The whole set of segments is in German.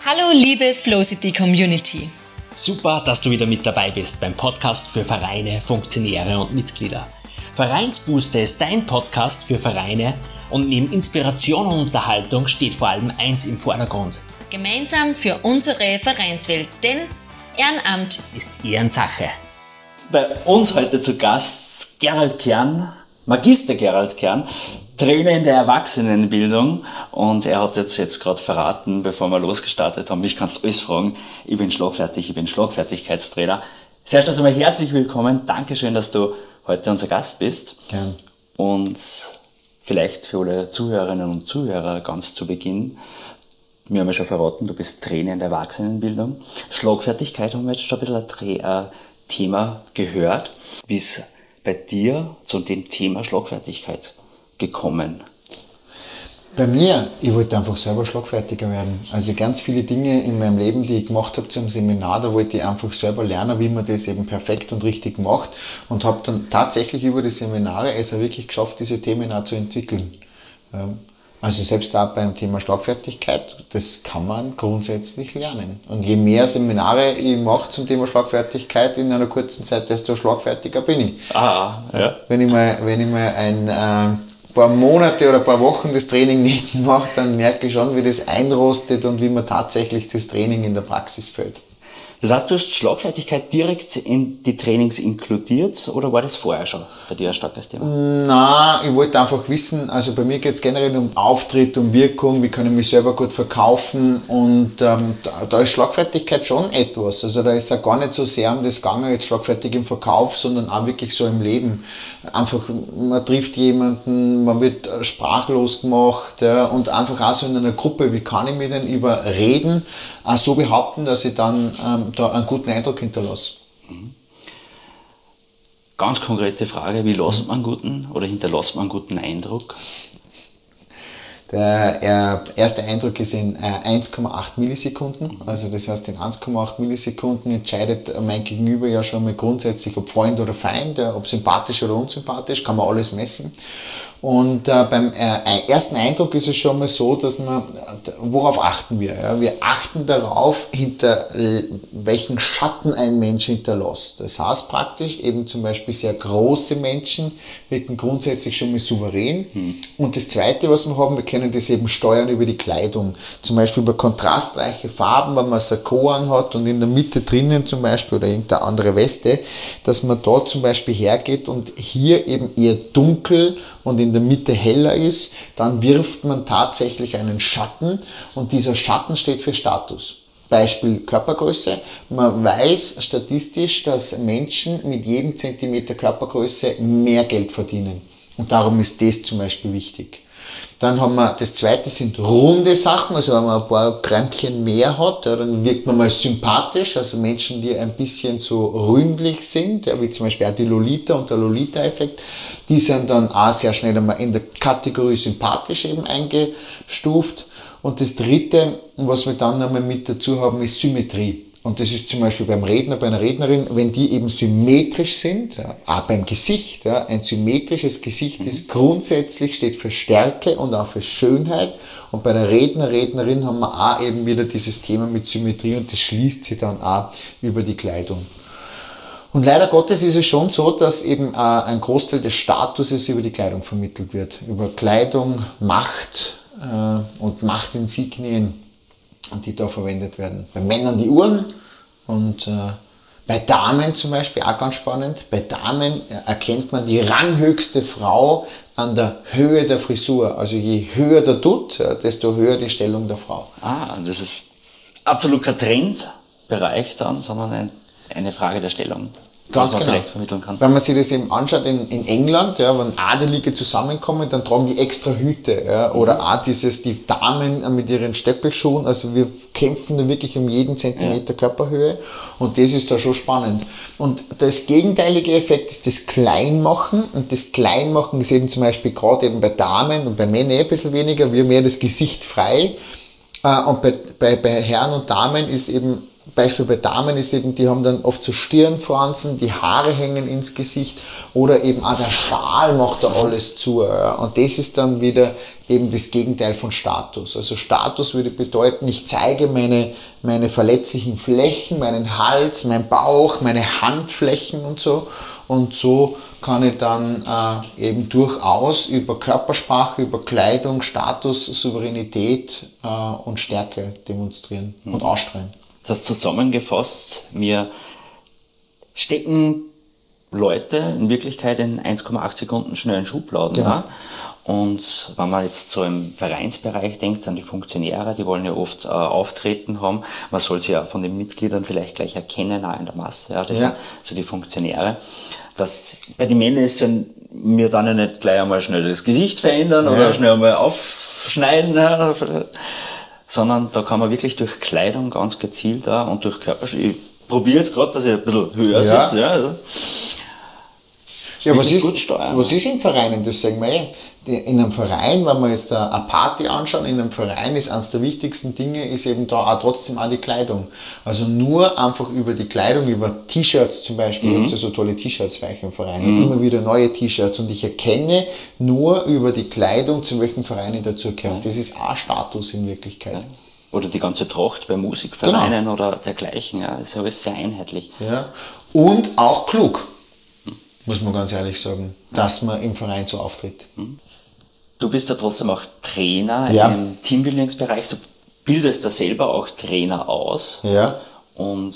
Hallo liebe Flowcity Community. Super, dass du wieder mit dabei bist beim Podcast für Vereine, Funktionäre und Mitglieder. Vereinsbooster ist dein Podcast für Vereine und neben Inspiration und Unterhaltung steht vor allem eins im Vordergrund. Gemeinsam für unsere Vereinswelt, denn Ehrenamt ist Ehrensache. Bei uns heute zu Gast Gerald Kern, Magister Gerald Kern, Trainer in der Erwachsenenbildung, und er hat jetzt gerade verraten, bevor wir losgestartet haben, mich kannst du alles fragen, ich bin Schlagfertigkeitstrainer. Zuerst einmal herzlich willkommen, Dankeschön, dass du heute unser Gast bist. Gern. Und vielleicht für alle Zuhörerinnen und Zuhörer ganz zu Beginn, wir haben ja schon verraten, du bist Trainer in der Erwachsenenbildung. Schlagfertigkeit haben wir jetzt schon ein bisschen ein Thema gehört. Wie ist bei dir zu dem Thema Schlagfertigkeit gekommen? Bei mir, ich wollte einfach selber schlagfertiger werden. Also ganz viele Dinge in meinem Leben, die ich gemacht habe zum Seminar, da wollte ich einfach selber lernen, wie man das eben perfekt und richtig macht, und habe dann tatsächlich über die Seminare es auch wirklich geschafft, diese Themen auch zu entwickeln. Also selbst auch beim Thema Schlagfertigkeit, das kann man grundsätzlich lernen. Und je mehr Seminare ich mache zum Thema Schlagfertigkeit in einer kurzen Zeit, desto schlagfertiger bin ich. Ja. Wenn ich mal ein paar Monate oder ein paar Wochen das Training nicht mache, dann merke ich schon, wie das einrostet und wie man tatsächlich das Training in der Praxis fällt. Das heißt, du hast Schlagfertigkeit direkt in die Trainings inkludiert, oder war das vorher schon bei dir ein starkes Thema? Na, ich wollte einfach wissen, also bei mir geht es generell um Auftritt, um Wirkung, wie kann ich mich selber gut verkaufen, und da ist Schlagfertigkeit schon etwas. Also da ist ja gar nicht so sehr um das gegangen, jetzt schlagfertig im Verkauf, sondern auch wirklich so im Leben. Einfach, man trifft jemanden, man wird sprachlos gemacht, ja, und einfach auch so in einer Gruppe, wie kann ich mich denn über Reden auch so behaupten, dass ich dann da einen guten Eindruck hinterlasse. Ganz konkrete Frage, wie lässt man hinterlässt man einen guten Eindruck? Der erste Eindruck ist in 1,8 Millisekunden. Also das heißt, in 1,8 Millisekunden entscheidet mein Gegenüber ja schon mal grundsätzlich, ob Freund oder Feind, ob sympathisch oder unsympathisch, kann man alles messen. Und beim ersten Eindruck ist es schon mal so, dass worauf achten wir? Ja? Wir achten darauf, hinter welchen Schatten ein Mensch hinterlässt. Das heißt praktisch, eben zum Beispiel sehr große Menschen wirken grundsätzlich schon mal souverän. Und das Zweite, was wir haben, wir können das eben steuern über die Kleidung. Zum Beispiel über kontrastreiche Farben, wenn man Sakko anhat und in der Mitte drinnen zum Beispiel oder irgendeine andere Weste, dass man da zum Beispiel hergeht und hier eben eher dunkel und in der Mitte heller ist, dann wirft man tatsächlich einen Schatten, und dieser Schatten steht für Status. Beispiel Körpergröße. Man weiß statistisch, dass Menschen mit jedem Zentimeter Körpergröße mehr Geld verdienen. Und darum ist das zum Beispiel wichtig. Dann haben wir, das zweite sind runde Sachen, also wenn man ein paar Krempchen mehr hat, ja, dann wirkt man mal sympathisch, also Menschen, die ein bisschen so ründlich sind, ja, wie zum Beispiel auch die Lolita und der Lolita-Effekt, die sind dann auch sehr schnell einmal in der Kategorie sympathisch eben eingestuft. Und das dritte, was wir dann nochmal mit dazu haben, ist Symmetrie. Und das ist zum Beispiel beim Redner, bei einer Rednerin, wenn die eben symmetrisch sind, ja, auch beim Gesicht, ja, ein symmetrisches Gesicht ist grundsätzlich, steht für Stärke und auch für Schönheit. Und bei der Rednerin haben wir auch eben wieder dieses Thema mit Symmetrie, und das schließt sich dann auch über die Kleidung. Und leider Gottes ist es schon so, dass eben ein Großteil des Statuses über die Kleidung vermittelt wird. Über Kleidung, Macht und Machtinsignien, die da verwendet werden. Bei Männern die Uhren, und bei Damen zum Beispiel, auch ganz spannend, bei Damen erkennt man die ranghöchste Frau an der Höhe der Frisur. Also je höher der Dutt, desto höher die Stellung der Frau. Das ist absolut kein Trendbereich dann, sondern eine Frage der Stellung. Ganz genau. Vielleicht vermitteln kann. Wenn man sich das eben anschaut in England, ja, wenn Adelige zusammenkommen, dann tragen die extra Hüte, ja, oder auch die Damen mit ihren Stöckelschuhen, also wir kämpfen da wirklich um jeden Zentimeter Körperhöhe, und das ist da schon spannend. Und das gegenteilige Effekt ist das Kleinmachen, und das Kleinmachen ist eben zum Beispiel gerade eben bei Damen und bei Männern ein bisschen weniger, wir haben mehr das Gesicht frei, und bei Herren und Damen ist eben Beispiel bei Damen ist eben, die haben dann oft so Stirnfransen, die Haare hängen ins Gesicht oder eben auch der Schal macht da alles zu. Ja. Und das ist dann wieder eben das Gegenteil von Status. Also Status würde bedeuten, ich zeige meine verletzlichen Flächen, meinen Hals, meinen Bauch, meine Handflächen und so. Und so kann ich dann eben durchaus über Körpersprache, über Kleidung, Status, Souveränität und Stärke demonstrieren und ausstrahlen. Das heißt zusammengefasst, wir stecken Leute in Wirklichkeit in 1,8 Sekunden schnell in Schubladen. Genau. Ne? Und wenn man jetzt so im Vereinsbereich denkt, an die Funktionäre, die wollen ja oft Auftreten haben. Man soll sie ja von den Mitgliedern vielleicht gleich erkennen, auch in der Masse. Ja, das sind so die Funktionäre. Bei den Männern ist mir dann ja nicht gleich einmal schnell das Gesicht verändern oder schnell einmal aufschneiden, ja, sondern da kann man wirklich durch Kleidung ganz gezielt und durch Körpersprache. Ich probiere jetzt gerade, dass ich ein bisschen höher sitze. Ja, also. Ja, was ist in Vereinen? Das sagen wir in einem Verein, wenn wir jetzt eine Party anschauen, in einem Verein ist eines der wichtigsten Dinge, ist eben da auch trotzdem auch die Kleidung. Also nur einfach über die Kleidung, über T-Shirts zum Beispiel, ich habe ja so tolle T-Shirts für euch im Verein, und immer wieder neue T-Shirts, und ich erkenne nur über die Kleidung, zu welchem Verein ich dazugehöre. Das ist auch Status in Wirklichkeit. Ja. Oder die ganze Tracht bei Musikvereinen oder dergleichen, ja, ist alles sehr einheitlich. Ja. Und auch klug. Muss man ganz ehrlich sagen, dass man im Verein so auftritt. Du bist ja trotzdem auch Trainer im Teambuildingsbereich. Du bildest da selber auch Trainer aus. Ja. Und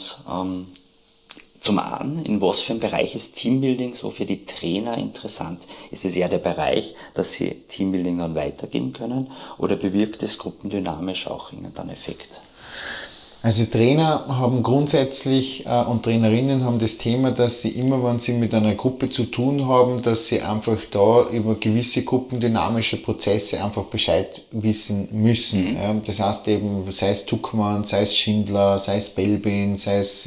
zum einen, in was für einem Bereich ist Teambuilding so für die Trainer interessant? Ist es eher der Bereich, dass sie Teambuilding dann weitergeben können, oder bewirkt es gruppendynamisch auch irgendeinen Effekt? Also Trainer haben grundsätzlich und Trainerinnen haben das Thema, dass sie immer, wenn sie mit einer Gruppe zu tun haben, dass sie einfach da über gewisse gruppendynamische Prozesse einfach Bescheid wissen müssen. Ja, das heißt eben, sei es Tuckmann, sei es Schindler, sei es Belbin, sei es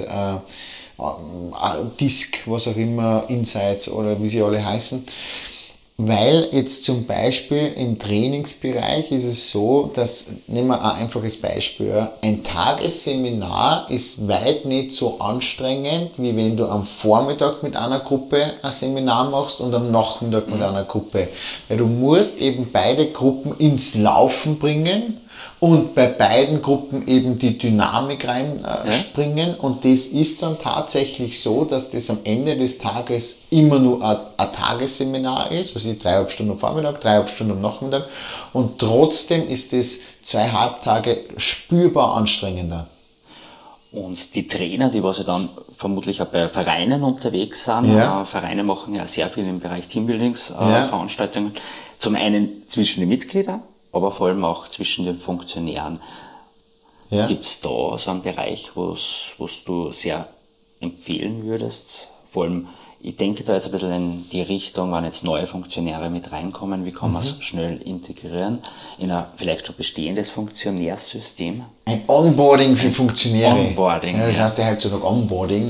Disk, was auch immer, Insights oder wie sie alle heißen. Weil jetzt zum Beispiel im Trainingsbereich ist es so, dass, nehmen wir ein einfaches Beispiel, ein Tagesseminar ist weit nicht so anstrengend, wie wenn du am Vormittag mit einer Gruppe ein Seminar machst und am Nachmittag mit einer Gruppe. Weil du musst eben beide Gruppen ins Laufen bringen und bei beiden Gruppen eben die Dynamik reinspringen, und das ist dann tatsächlich so, dass das am Ende des Tages immer nur ein Tagesseminar ist, was ich 3,5 Stunden am Vormittag, 3,5 Stunden am Nachmittag, und trotzdem ist das 2,5 Tage spürbar anstrengender. Und die Trainer, die was ja dann vermutlich auch bei Vereinen unterwegs sind, Vereine machen ja sehr viel im Bereich Teambuildingsveranstaltungen, zum einen zwischen den Mitgliedern, aber vor allem auch zwischen den Funktionären. Ja. Gibt es da so einen Bereich, was du sehr empfehlen würdest? Vor allem, ich denke da jetzt ein bisschen in die Richtung, wenn jetzt neue Funktionäre mit reinkommen, wie kann man es schnell integrieren in ein vielleicht schon bestehendes Funktionärssystem? Ein Onboarding für Funktionäre. Onboarding. Ja, das heißt ja heutzutage Onboarding.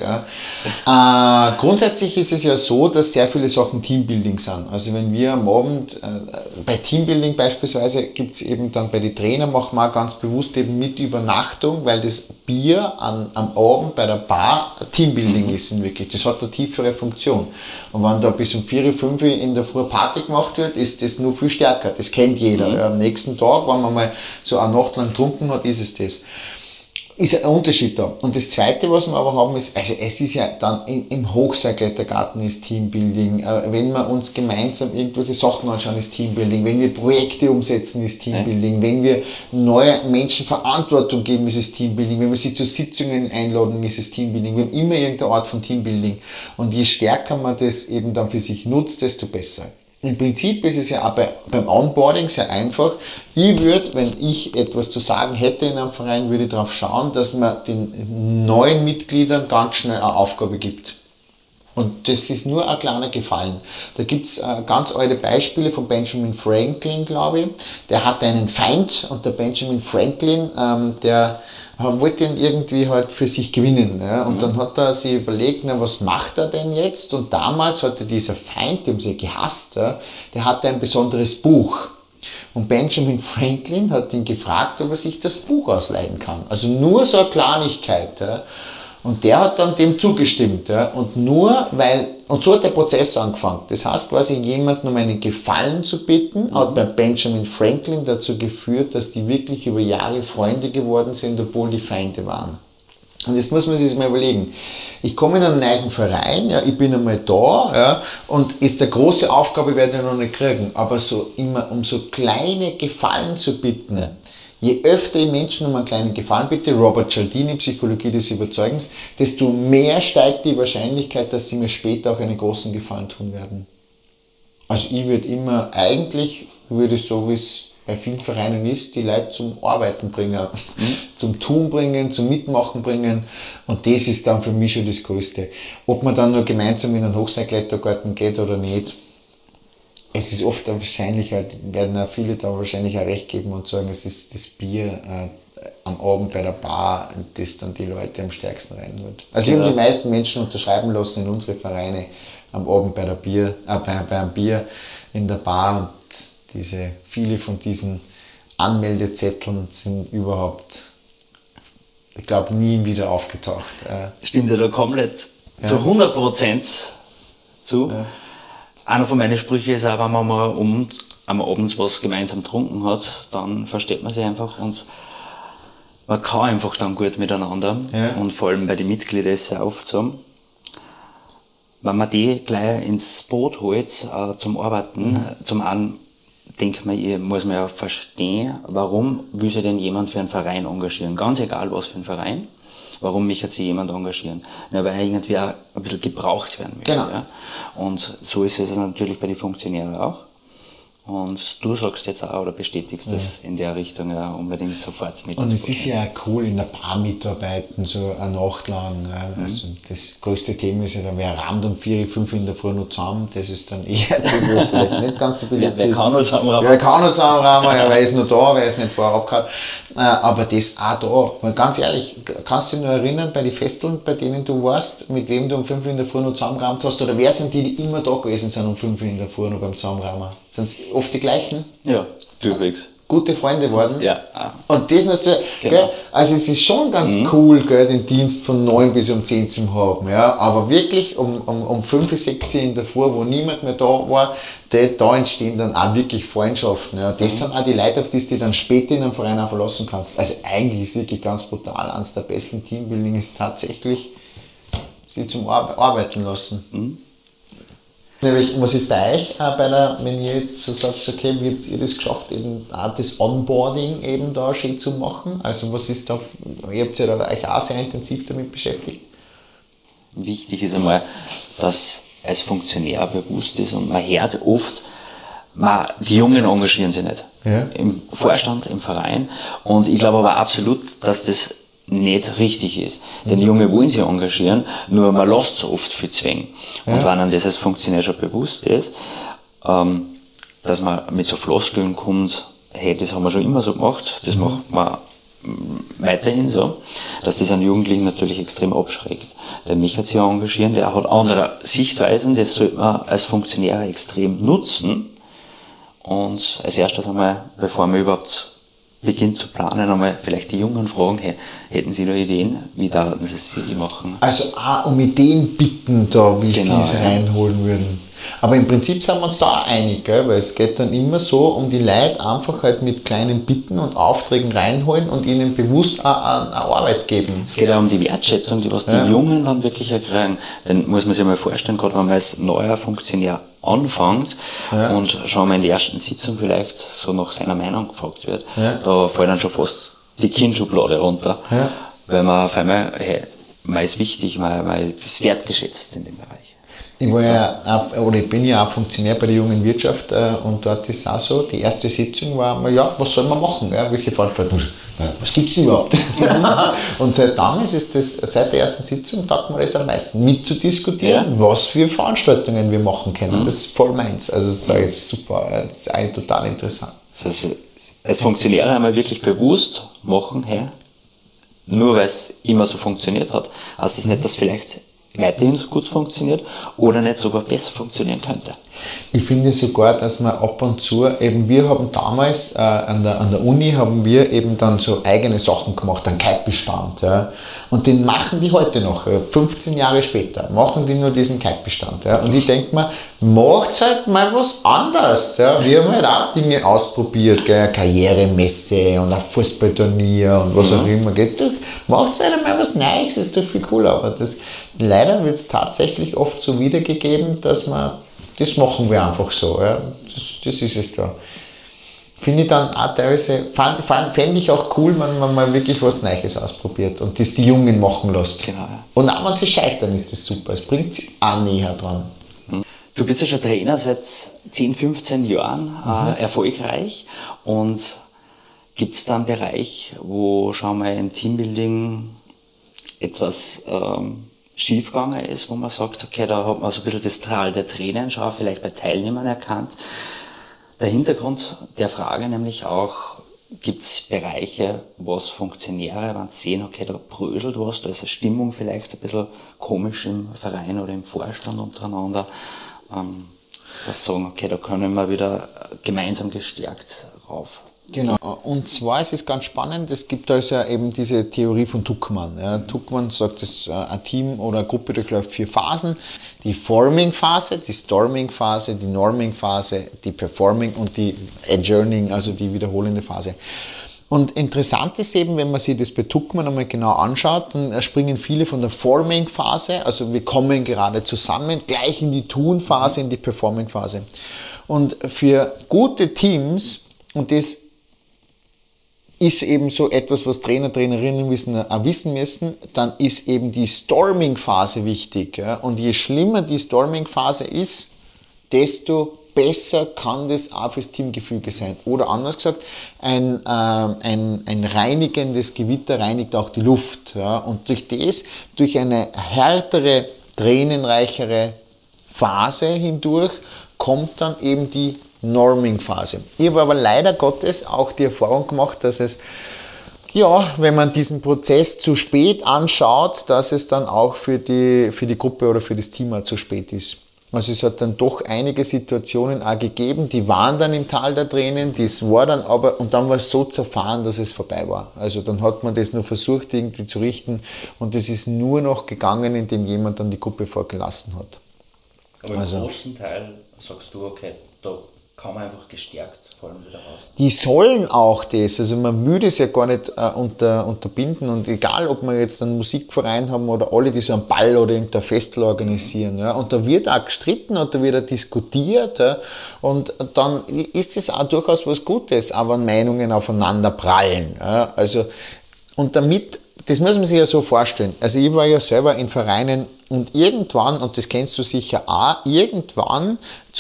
Grundsätzlich ist es ja so, dass sehr viele Sachen Teambuilding sind. Also wenn wir am Abend, bei Teambuilding beispielsweise, gibt es eben dann bei den Trainern, machen wir ganz bewusst eben mit Übernachtung, weil das Bier am Abend bei der Bar Teambuilding ist in wirklich. Das hat eine tiefere Funktion. Und wenn da bis um 4, 5 in der Früh Party gemacht wird, ist das nur viel stärker. Das kennt jeder. Ja, am nächsten Tag, wenn man mal so eine Nacht lang getrunken hat, ist es das. Ist ein Unterschied da. Und das Zweite, was wir aber haben, ist, also es ist ja dann im Hochseilklettergarten ist Teambuilding, wenn wir uns gemeinsam irgendwelche Sachen anschauen, ist Teambuilding, wenn wir Projekte umsetzen, ist Teambuilding, wenn wir neue Menschen Verantwortung geben, ist es Teambuilding, wenn wir sie zu Sitzungen einladen, ist es Teambuilding. Wir haben immer irgendeine Art von Teambuilding. Und je stärker man das eben dann für sich nutzt, desto besser. Im Prinzip ist es ja auch beim Onboarding sehr einfach. Ich würde, wenn ich etwas zu sagen hätte in einem Verein, würde ich darauf schauen, dass man den neuen Mitgliedern ganz schnell eine Aufgabe gibt. Und das ist nur ein kleiner Gefallen. Da gibt's ganz alte Beispiele von Benjamin Franklin, glaube ich. Der hatte einen Feind, und der Benjamin Franklin, der wollte ihn irgendwie halt für sich gewinnen. Ja? Und dann hat er sich überlegt, na, was macht er denn jetzt? Und damals hatte dieser Feind, den sie gehasst, ja, der hatte ein besonderes Buch. Und Benjamin Franklin hat ihn gefragt, ob er sich das Buch ausleihen kann. Also nur so eine Kleinigkeit. Ja. Und der hat dann dem zugestimmt. Ja. Und so hat der Prozess angefangen. Das heißt quasi, jemanden um einen Gefallen zu bitten, hat bei Benjamin Franklin dazu geführt, dass die wirklich über Jahre Freunde geworden sind, obwohl die Feinde waren. Und jetzt muss man sich das mal überlegen. Ich komme in einen neuen Verein, ja, ich bin einmal da, ja, und jetzt eine große Aufgabe werde ich noch nicht kriegen, aber so immer um so kleine Gefallen zu bitten. Je öfter ich Menschen um einen kleinen Gefallen bitte, Robert Cialdini, Psychologie des Überzeugens, desto mehr steigt die Wahrscheinlichkeit, dass sie mir später auch einen großen Gefallen tun werden. Also ich würde so wie es bei vielen Vereinen ist, die Leute zum Arbeiten bringen, zum Tun bringen, zum Mitmachen bringen, und das ist dann für mich schon das Größte. Ob man dann nur gemeinsam in einen Hochseilklettergarten geht oder nicht, es ist oft wahrscheinlich, werden auch viele da wahrscheinlich auch recht geben und sagen, es ist das Bier am Abend bei der Bar, das dann die Leute am stärksten reinholt. Also ich habe die meisten Menschen unterschreiben lassen in unsere Vereine am Abend beim Bier in der Bar, und viele von diesen Anmeldezetteln sind überhaupt, ich glaube, nie wieder aufgetaucht. Stimmt ja da komplett zu 100% zu. Ja. Einer von meinen Sprüchen ist auch, wenn man mal am Abend was gemeinsam getrunken hat, dann versteht man sich einfach und man kann einfach dann gut miteinander. Ja. Und vor allem bei den Mitgliedern ist es ja oft so, wenn man die gleich ins Boot holt zum Arbeiten, zum einen denkt man, muss man ja verstehen, warum will sich denn jemand für einen Verein engagieren? Ganz egal, was für ein Verein. Warum möchte sich jemand engagieren? Ja, weil er irgendwie auch ein bisschen gebraucht werden möchte. Genau. Ja? Und so ist es natürlich bei den Funktionären auch. Und du sagst jetzt auch oder bestätigst das in der Richtung ja unbedingt sofort mit. Und es ist ja cool, in der Bar mitarbeiten, so eine Nacht lang. Also das größte Thema ist ja dann, wer rammt um 4, 5 in der Früh noch zusammen, das ist dann eher das, was vielleicht nicht ganz so beliebt ist. Wer kann noch zusammenrahmen? Wer kann noch zusammenrahmen, ja, wer ist noch da, wer ist nicht vorher abgehauen. Aber das auch da, weil ganz ehrlich, kannst du dich noch erinnern, bei den Festeln, bei denen du warst, mit wem du um 5 in der Früh noch zusammengerammt hast, oder wer sind die immer da gewesen sind um 5 in der Früh noch beim Zusammenrahmen? Sind es oft die gleichen? Ja, durchwegs. Gute Freunde worden. Ja. Und das ist so, genau. Gell? Also es ist schon ganz cool, gell, den Dienst von 9 bis um 10 zu haben, ja. Aber wirklich um 5 bis 6 in der Früh, wo niemand mehr da war, da entstehen dann auch wirklich Freundschaften, ja. Das sind auch die Leute, auf die du dann später in einem Verein auch verlassen kannst. Also eigentlich ist wirklich ganz brutal. Eines der besten Teambuilding ist tatsächlich, sie zum Arbeiten lassen. Was ist bei euch wenn ihr jetzt so sagt, okay, wie habt ihr das geschafft, eben auch das Onboarding eben da schön zu machen? Also was ist da, ihr habt ja da euch auch sehr intensiv damit beschäftigt? Wichtig ist einmal, dass als Funktionär bewusst ist, und man hört oft, die Jungen engagieren sich nicht. Ja. Im Vorstand, im Verein, und ich glaube aber absolut, dass das nicht richtig ist. Denn die Jungen wollen sich engagieren, nur man lässt so oft viel zwängen. Und wenn einem das als Funktionär schon bewusst ist, dass man mit so Floskeln kommt, hey, das haben wir schon immer so gemacht, das macht man weiterhin so, dass das einen Jugendlichen natürlich extrem abschreckt. Der möchte sich engagieren, der hat andere Sichtweisen, das sollte man als Funktionär extrem nutzen. Und als erstes einmal, bevor man überhaupt beginnt zu planen, einmal vielleicht die Jungen fragen, hey, hätten Sie da Ideen, wie da sie machen? Also auch um Ideen bitten da, wie sie es reinholen würden. Aber im Prinzip sind wir uns da auch einig, gell? Weil es geht dann immer so um die Leute einfach halt mit kleinen Bitten und Aufträgen reinholen und ihnen bewusst auch eine Arbeit geben. Es geht auch um die Wertschätzung, was die Jungen dann wirklich erkriegen. Dann muss man sich mal vorstellen, gerade wenn man als neuer Funktionär anfängt und schon mal in der ersten Sitzung vielleicht so nach seiner Meinung gefragt wird, da fällt dann schon fast die Kindschublade runter, weil man auf einmal, hey, man ist wichtig, man ist wertgeschätzt in dem Bereich. Ich bin ja auch Funktionär bei der Jungen Wirtschaft und dort ist es auch so, die erste Sitzung war, was soll man machen, welche Veranstaltung, was gibt's überhaupt? Und seit der ersten Sitzung taugt man das am meisten, mitzudiskutieren, was für Veranstaltungen wir machen können. Das ist voll meins, also das ist super, das ist eigentlich total interessant. Das heißt, als Funktionär einmal wirklich bewusst machen, hey, nur weil es immer so funktioniert hat, heißt das nicht, dass vielleicht weiterhin so gut funktioniert oder nicht sogar besser funktionieren könnte. Ich finde sogar, dass man ab und zu, eben wir haben damals an der Uni haben wir eben dann so eigene Sachen gemacht, einen Kitebestand. Ja. Und den machen die heute noch, 15 Jahre später, machen die nur diesen Kitebestand. Ja. Und ich denke mir, macht halt mal was anderes. Ja. Wir haben halt auch Dinge ausprobiert, gell, Karrieremesse und ein Fußballturnier und was auch immer geht. Macht halt mal was Neues, ist doch viel cooler. Aber leider wird es tatsächlich oft so wiedergegeben, dass man das machen wir einfach so. Ja. Das ist es da. Finde ich dann auch teilweise, fände ich auch cool, wenn man mal wirklich was Neues ausprobiert und das die Jungen machen lässt. Genau, ja. Und auch wenn sie scheitern, ist das super. Es bringt sie auch näher dran. Du bist ja schon Trainer seit 10, 15 Jahren, erfolgreich. Und gibt es da einen Bereich, wo schon mal im Teambuilding etwas schiefgegangen ist, wo man sagt, okay, da hat man so ein bisschen das Tal der Tränen schon vielleicht bei Teilnehmern erkannt. Der Hintergrund der Frage nämlich auch, gibt es Bereiche, wo es Funktionäre, wenn sie sehen, okay, da bröselt was, da ist eine Stimmung vielleicht ein bisschen komisch im Verein oder im Vorstand untereinander, dass sagen, okay, da können wir wieder gemeinsam gestärkt rauf. Genau, und zwar ist es ganz spannend, es gibt also eben diese Theorie von Tuckman. Ja. Tuckman sagt, dass ein Team oder eine Gruppe durchläuft 4 Phasen. Die Forming-Phase, die Storming-Phase, die Norming-Phase, die Performing und die Adjourning, also die wiederholende Phase. Und interessant ist eben, wenn man sich das bei Tuckman einmal genau anschaut, dann springen viele von der Forming-Phase, also wir kommen gerade zusammen, gleich in die Tun-Phase, in die Performing-Phase. Und für gute Teams, und das ist eben so etwas, was Trainer, Trainerinnen wissen müssen, dann ist eben die Storming-Phase wichtig. Ja? Und je schlimmer die Storming-Phase ist, desto besser kann das auch fürs Teamgefüge sein. Oder anders gesagt, ein reinigendes Gewitter reinigt auch die Luft. Ja? Und durch eine härtere, tränenreichere Phase hindurch, kommt dann eben die Norming-Phase. Ich habe aber leider Gottes auch die Erfahrung gemacht, dass es, ja, wenn man diesen Prozess zu spät anschaut, dass es dann auch für die Gruppe oder für das Team auch zu spät ist. Also es hat dann doch einige Situationen auch gegeben, die waren dann im Tal der Tränen, das war dann aber, und dann war es so zerfahren, dass es vorbei war. Also dann hat man das nur versucht irgendwie zu richten und es ist nur noch gegangen, indem jemand dann die Gruppe vorgelassen hat. Aber im großen Teil sagst du, okay, da kann man einfach gestärkt vor allem wieder raus. Die sollen auch das, also man will das ja gar nicht unterbinden und egal, ob wir jetzt einen Musikverein haben oder alle, die so einen Ball oder irgendein Festival organisieren, ja, und da wird auch gestritten und da wird auch diskutiert, ja, und dann ist es auch durchaus was Gutes, aber Meinungen aufeinander prallen, ja, also, und damit, das muss man sich ja so vorstellen, also ich war ja selber in Vereinen und irgendwann, und das kennst du sicher auch, irgendwann,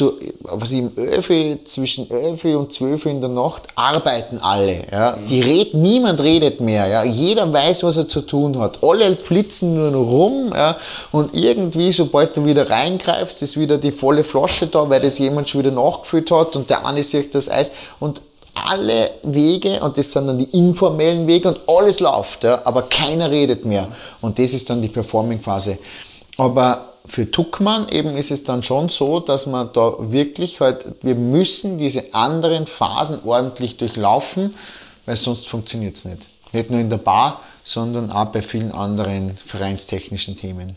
zwischen 11 und 12 in der Nacht, arbeiten alle. Ja. Niemand redet mehr. Ja. Jeder weiß, was er zu tun hat. Alle flitzen nur noch rum. Ja. Und irgendwie, sobald du wieder reingreifst, ist wieder die volle Flasche da, weil das jemand schon wieder nachgefüllt hat und der eine sieht das Eis. Und alle Wege, und das sind dann die informellen Wege, und alles läuft, ja, aber keiner redet mehr. Und das ist dann die Performing-Phase. Aber für Tuckman eben ist es dann schon so, dass man da wirklich wir müssen diese anderen Phasen ordentlich durchlaufen, weil sonst funktioniert es nicht. Nicht nur in der Bar, sondern auch bei vielen anderen vereinstechnischen Themen.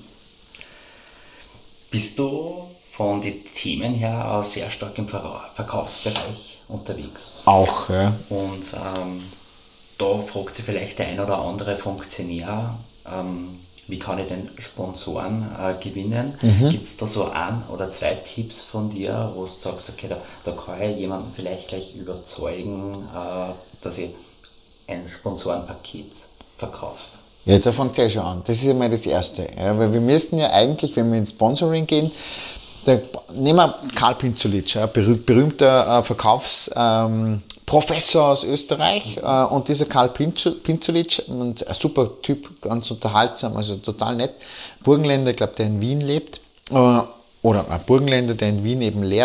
Bist du von den Themen her auch sehr stark im Verkaufsbereich unterwegs? Auch, ja. Und da fragt sich vielleicht der ein oder andere Funktionär, wie kann ich denn Sponsoren gewinnen? Gibt es da so 1 oder 2 Tipps von dir, wo du sagst, okay, da kann ich jemanden vielleicht gleich überzeugen, dass ich ein Sponsorenpaket verkaufe? Ja, da fängt es ja schon an. Das ist ja mal das Erste. Ja, weil wir müssen ja eigentlich, wenn wir ins Sponsoring gehen, nehmen wir Karl Pinzulic, berühmter Verkaufsprofessor aus Österreich, und dieser Karl Pinzulic, ein super Typ, ganz unterhaltsam, also total nett, Burgenländer, ich glaube, der in Wien lebt, oder ein Burgenländer, der in Wien eben lehrt,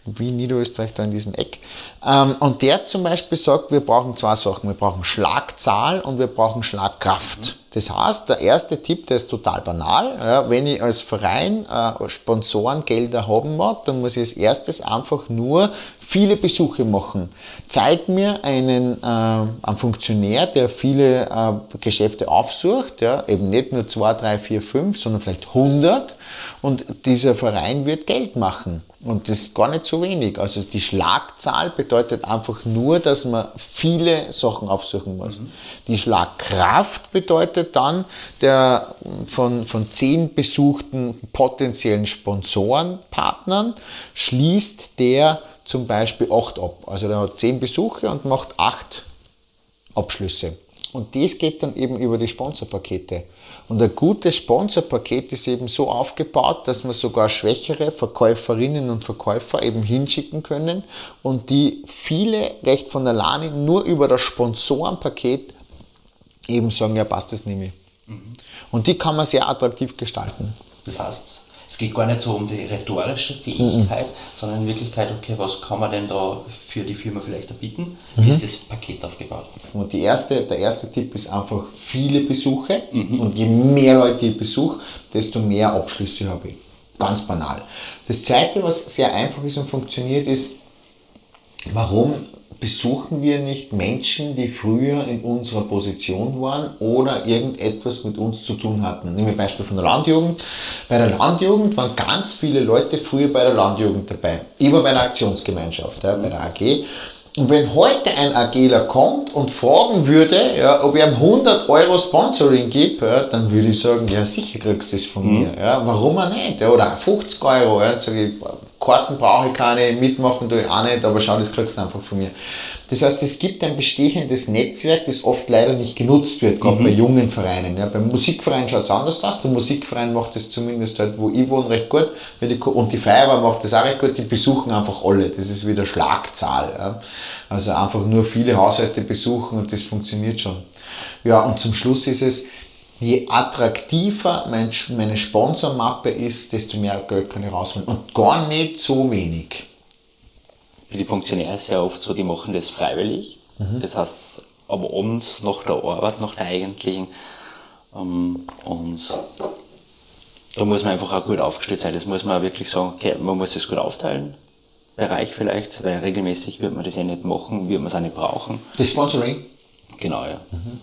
wie Niederösterreich da in diesem Eck. Und der zum Beispiel sagt, wir brauchen zwei Sachen. Wir brauchen Schlagzahl und wir brauchen Schlagkraft. Das heißt, der erste Tipp, der ist total banal. Ja, wenn ich als Verein Sponsorengelder haben mag, dann muss ich als erstes einfach nur viele Besuche machen. Zeig mir einen Funktionär, der viele Geschäfte aufsucht, ja, eben nicht nur 2, 3, 4, 5, sondern vielleicht 100, und dieser Verein wird Geld machen. Und das ist gar nicht so wenig. Also die Schlagzahl bedeutet einfach nur, dass man viele Sachen aufsuchen muss. Die Schlagkraft bedeutet dann, der von 10 besuchten potenziellen Sponsorenpartnern schließt der zum Beispiel 8 ab. Also der hat 10 Besuche und macht 8 Abschlüsse. Und das geht dann eben über die Sponsorpakete. Und ein gutes Sponsorpaket ist eben so aufgebaut, dass man sogar schwächere Verkäuferinnen und Verkäufer eben hinschicken können und die viele recht von alleine nur über das Sponsorenpaket eben sagen, ja passt, das nehme ich. Und die kann man sehr attraktiv gestalten. Das heißt, es geht gar nicht so um die rhetorische Fähigkeit, sondern in Wirklichkeit, okay, was kann man denn da für die Firma vielleicht bieten? Wie ist das Paket aufgebaut? Und der erste Tipp ist einfach viele Besuche. Und je mehr Leute ich besuche, desto mehr Abschlüsse habe ich. Ganz banal. Das zweite, was sehr einfach ist und funktioniert, ist, warum besuchen wir nicht Menschen, die früher in unserer Position waren oder irgendetwas mit uns zu tun hatten. Nehmen wir ein Beispiel von der Landjugend. Bei der Landjugend waren ganz viele Leute früher bei der Landjugend dabei. Ich war bei der Aktionsgemeinschaft, bei der AG. Und wenn heute ein AGler kommt und fragen würde, ja, ob ich ihm 100 Euro Sponsoring gebe, ja, dann würde ich sagen, ja sicher kriegst du das von mir. Ja, warum auch nicht? Ja, oder 50 Euro. Ja, sage ich, Karten brauche ich keine, mitmachen tue ich auch nicht, aber schau, das kriegst du einfach von mir. Das heißt, es gibt ein bestehendes Netzwerk, das oft leider nicht genutzt wird, gerade bei jungen Vereinen. Ja, beim Musikverein schaut es anders aus. Der Musikverein macht das zumindest halt, wo ich wohne, recht gut. Und die Feuerwehr macht das auch recht gut. Die besuchen einfach alle. Das ist wieder Schlagzahl. Ja. Also einfach nur viele Haushalte besuchen und das funktioniert schon. Ja, und zum Schluss ist es, je attraktiver meine Sponsormappe ist, desto mehr Geld kann ich rausholen. Und gar nicht so wenig. Für die Funktionäre ist ja oft so, die machen das freiwillig. Das heißt, am Abend nach der Arbeit, nach der eigentlichen, und da muss man einfach auch gut aufgestellt sein. Das muss man auch wirklich sagen, okay, man muss das gut aufteilen. Bereich vielleicht, weil regelmäßig wird man das ja nicht machen, wird man es auch nicht brauchen. Das Sponsoring? Genau, ja.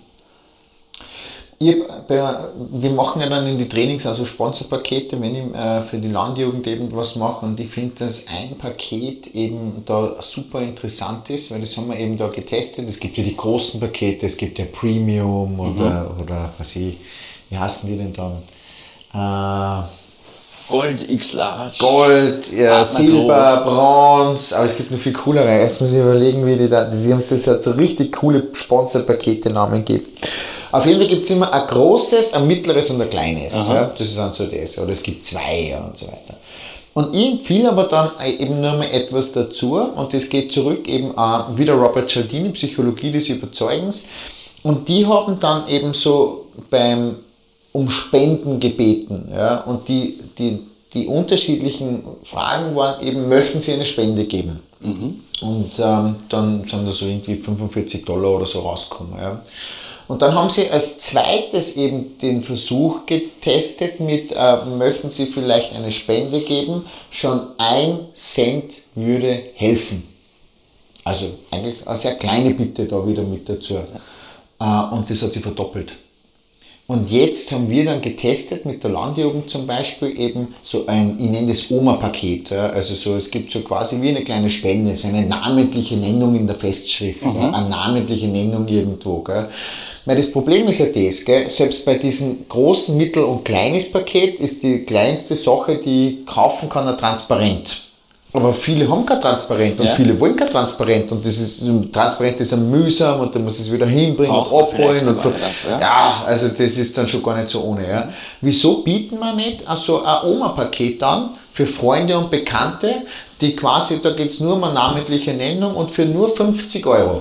Wir machen ja dann in die Trainings also Sponsorpakete, wenn ich für die Landjugend eben was mache, und ich finde, dass ein Paket eben da super interessant ist, weil das haben wir eben da getestet. Es gibt ja die großen Pakete, es gibt ja Premium oder was wie heißen die denn dann? Gold, X-Large. Gold, ja, Silber, Bronze, aber es gibt noch viel coolere. Erst muss ich überlegen, wie die haben es das halt so richtig coole Sponsorpakete-Namen gegeben. Auf jeden Fall gibt es immer ein großes, ein mittleres und ein kleines. Ja, das ist dann so das. Oder es gibt 2 und so weiter. Und ich empfehle aber dann eben nur mal etwas dazu, und das geht zurück eben wieder Robert Cialdini, Psychologie des Überzeugens. Und die haben dann eben so um Spenden gebeten. Ja, und die unterschiedlichen Fragen waren eben, möchten Sie eine Spende geben? Und dann sind da so irgendwie $45 oder so rausgekommen. Ja. Und dann haben sie als zweites eben den Versuch getestet mit, möchten Sie vielleicht eine Spende geben? Schon 1 Cent würde helfen. Also eigentlich eine sehr kleine Bitte da wieder mit dazu. Und das hat sich verdoppelt. Und jetzt haben wir dann getestet mit der Landjugend zum Beispiel eben so ich nenne das Oma-Paket. Ja, also so, es gibt so quasi wie eine kleine Spende, es ist eine namentliche Nennung in der Festschrift, ja, eine namentliche Nennung irgendwo. Gell. Weil das Problem ist ja das, gell, selbst bei diesem großen, mittel- und kleines Paket ist die kleinste Sache, die ich kaufen kann, ein Transparent. Aber viele haben kein Transparent und viele wollen kein Transparent, und Transparent ist mühsam und dann muss es wieder hinbringen und abholen und ja, also das ist dann schon gar nicht so ohne. Ja. Wieso bieten wir nicht also ein Oma-Paket an für Freunde und Bekannte, die quasi, da geht es nur um eine namentliche Nennung und für nur 50 Euro.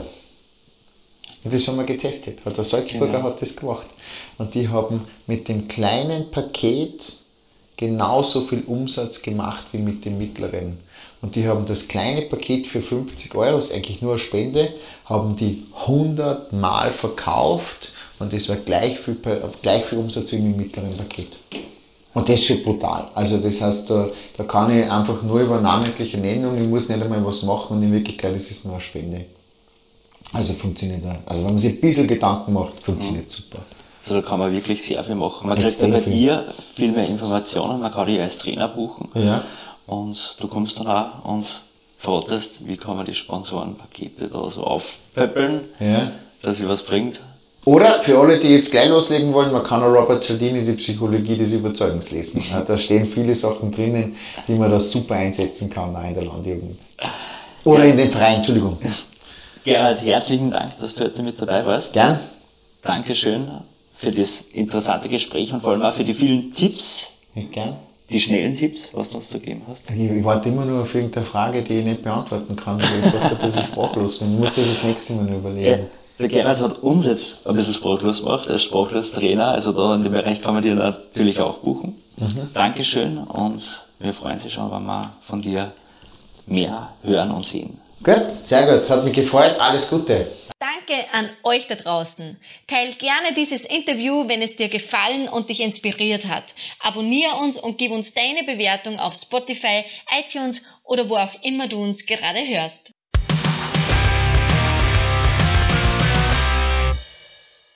Und das haben wir getestet. Der Salzburger hat das gemacht. Und die haben mit dem kleinen Paket genauso viel Umsatz gemacht wie mit dem mittleren. und die haben das kleine Paket für 50 Euro, ist eigentlich nur eine Spende, haben die 100 Mal verkauft und das war gleich viel Umsatz wie im mittleren Paket. Und das ist schon brutal. Also das heißt, da kann ich einfach nur über namentliche Nennung, ich muss nicht einmal was machen und in Wirklichkeit ist es nur eine Spende. Also funktioniert da. Also wenn man sich ein bisschen Gedanken macht, funktioniert super. Also da kann man wirklich sehr viel machen. Man kriegt ja bei dir viel mehr Informationen, man kann dich als Trainer buchen. Ja. Und du kommst dann auch und fragst, wie kann man die Sponsorenpakete da so aufpäppeln, dass sie was bringt. Oder für alle, die jetzt gleich loslegen wollen, man kann auch Robert Cialdini, die Psychologie des Überzeugens lesen. Da stehen viele Sachen drinnen, die man da super einsetzen kann auch in der Landjugend. Oder in den Verein, Entschuldigung. Gerald, herzlichen Dank, dass du heute mit dabei warst. Gern. Dankeschön für das interessante Gespräch und vor allem auch für die vielen Tipps. Gern. Die schnellen Tipps, was du uns da gegeben hast. Ich warte immer nur auf irgendeine Frage, die ich nicht beantworten kann. Ich bin fast ein bisschen sprachlos. Ich muss dir das nächste Mal überlegen. Der Gerald hat uns jetzt ein bisschen sprachlos gemacht, als Sprachlos-Trainer. Also da in dem Bereich kann man dir natürlich auch buchen. Dankeschön und wir freuen uns schon, wenn wir von dir mehr hören und sehen. Gut, sehr gut. Hat mich gefreut. Alles Gute. Danke an euch da draußen. Teil gerne dieses Interview, wenn es dir gefallen und dich inspiriert hat. Abonniere uns und gib uns deine Bewertung auf Spotify, iTunes oder wo auch immer du uns gerade hörst.